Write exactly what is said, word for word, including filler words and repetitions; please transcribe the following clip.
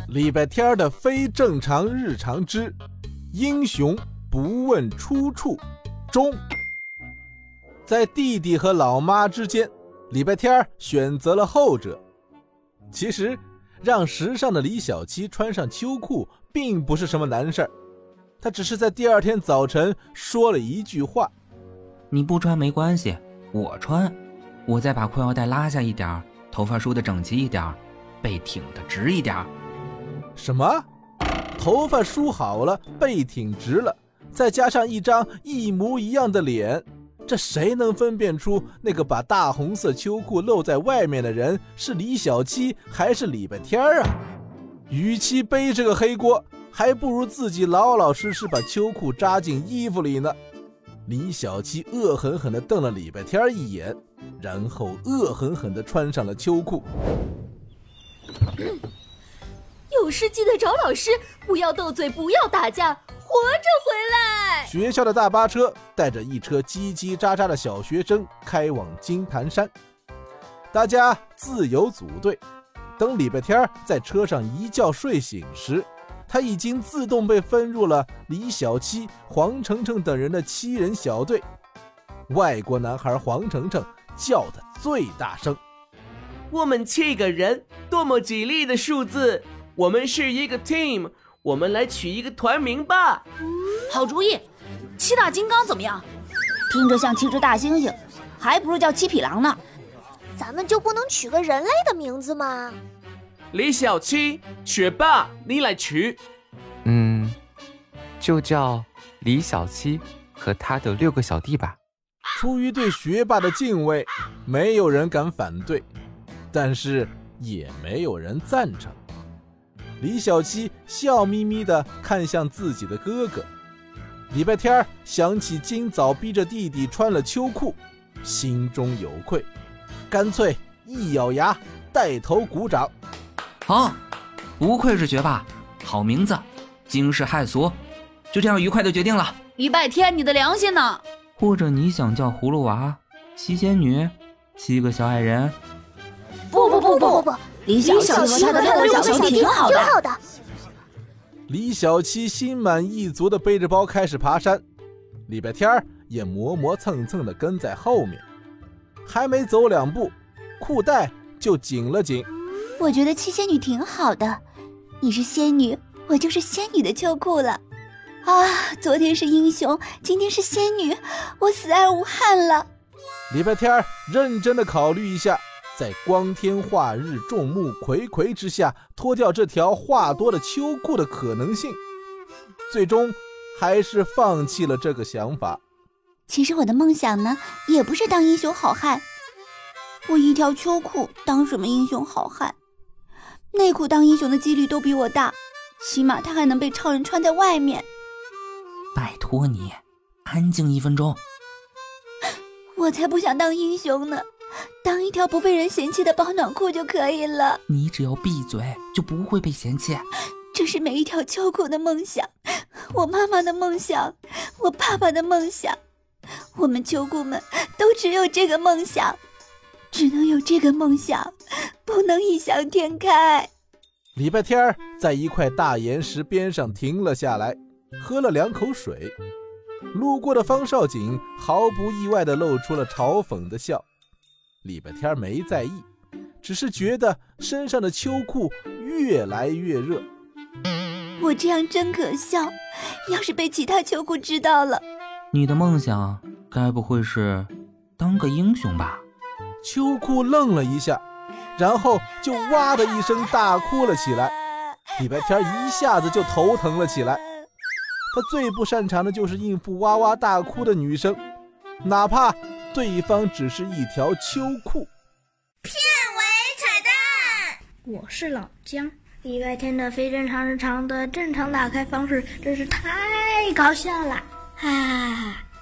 礼拜天的非正常日常之英雄不问出处中。在弟弟和老妈之间，礼拜天选择了后者。其实让时尚的李小七穿上秋裤并不是什么难事儿，他只是在第二天早晨说了一句话： 你不穿没关系，我穿，我再把裤腰带拉下一点，头发梳得整齐一点，背挺得直一点。 什么？头发梳好了，背挺直了，再加上一张一模一样的脸，这谁能分辨出那个把大红色秋裤露在外面的人是李小七还是礼拜天啊？与其背这个黑锅，还不如自己老老实实把秋裤扎进衣服里呢。李小七恶狠狠地瞪了礼拜天一眼，然后恶狠狠地穿上了秋裤。 有事记得找老师，不要斗嘴，不要打架，活着回来。 学校的大巴车带着一车叽叽喳喳的小学生开往金坛山，大家自由组队。等礼拜天在车上一觉睡醒时，他已经自动被分入了李小七、黄澄澄等人的七人小队。外国男孩黄澄澄叫得最大声： 我们七个人，多么吉利的数字！我们是一个 team， 我们来取一个团名吧。 好主意，七大金刚怎么样？听着像七只大猩猩，还不如叫七匹狼呢。 咱们就不能取个人类的名字吗？ 李小七，学霸，你来取。 嗯，就叫李小七和他的六个小弟吧。 出于对学霸的敬畏，没有人敢反对，但是也没有人赞成。李小七笑眯眯地看向自己的哥哥。礼拜天想起今早逼着弟弟穿了秋裤，心中有愧，干脆一咬牙带头鼓掌。 好，不愧是学霸，好名字，惊世骇俗，就这样愉快地决定了。 礼拜天，你的良心呢？ 或者你想叫葫芦娃、七仙女、七个小矮人？ 不不不不不不，李小七和他的六个小弟挺好的。 好的。 李小七心满意足地背着包开始爬山，礼拜天也磨磨蹭蹭地跟在后面。还没走两步，裤带就紧了紧。 我觉得七仙女挺好的，你是仙女，我就是仙女的秋裤了。啊，昨天是英雄，今天是仙女，我死而无憾了。 礼拜天认真地考虑一下，在光天化日、众目睽睽之下脱掉这条话多的秋裤的可能性，最终还是放弃了这个想法。 其实我的梦想呢，也不是当英雄好汉。我一条秋裤当什么英雄好汉？内裤当英雄的几率都比我大，起码它还能被超人穿在外面。 拜托你，安静一分钟。 我才不想当英雄呢，当一条不被人嫌弃的保暖裤就可以了。 你只要闭嘴，就不会被嫌弃。 这是每一条秋裤的梦想，我妈妈的梦想，我爸爸的梦想，我们秋裤们都只有这个梦想，只能有这个梦想，不能异想天开。 礼拜天在一块大岩石边上停了下来，喝了两口水。路过的方少景毫不意外地露出了嘲讽的笑。礼拜天没在意，只是觉得身上的秋裤越来越热。 我这样真可笑，要是被其他秋裤知道了。 你的梦想该不会是当个英雄吧？ 秋裤愣了一下，然后就哇的一声大哭了起来。礼拜天一下子就头疼了起来。他最不擅长的就是应付哇哇大哭的女生，哪怕对方只是一条秋裤。 片尾彩蛋， 我是老姜。礼拜天的非正常日常的正常打开方式真是太搞笑了，哈哈哈。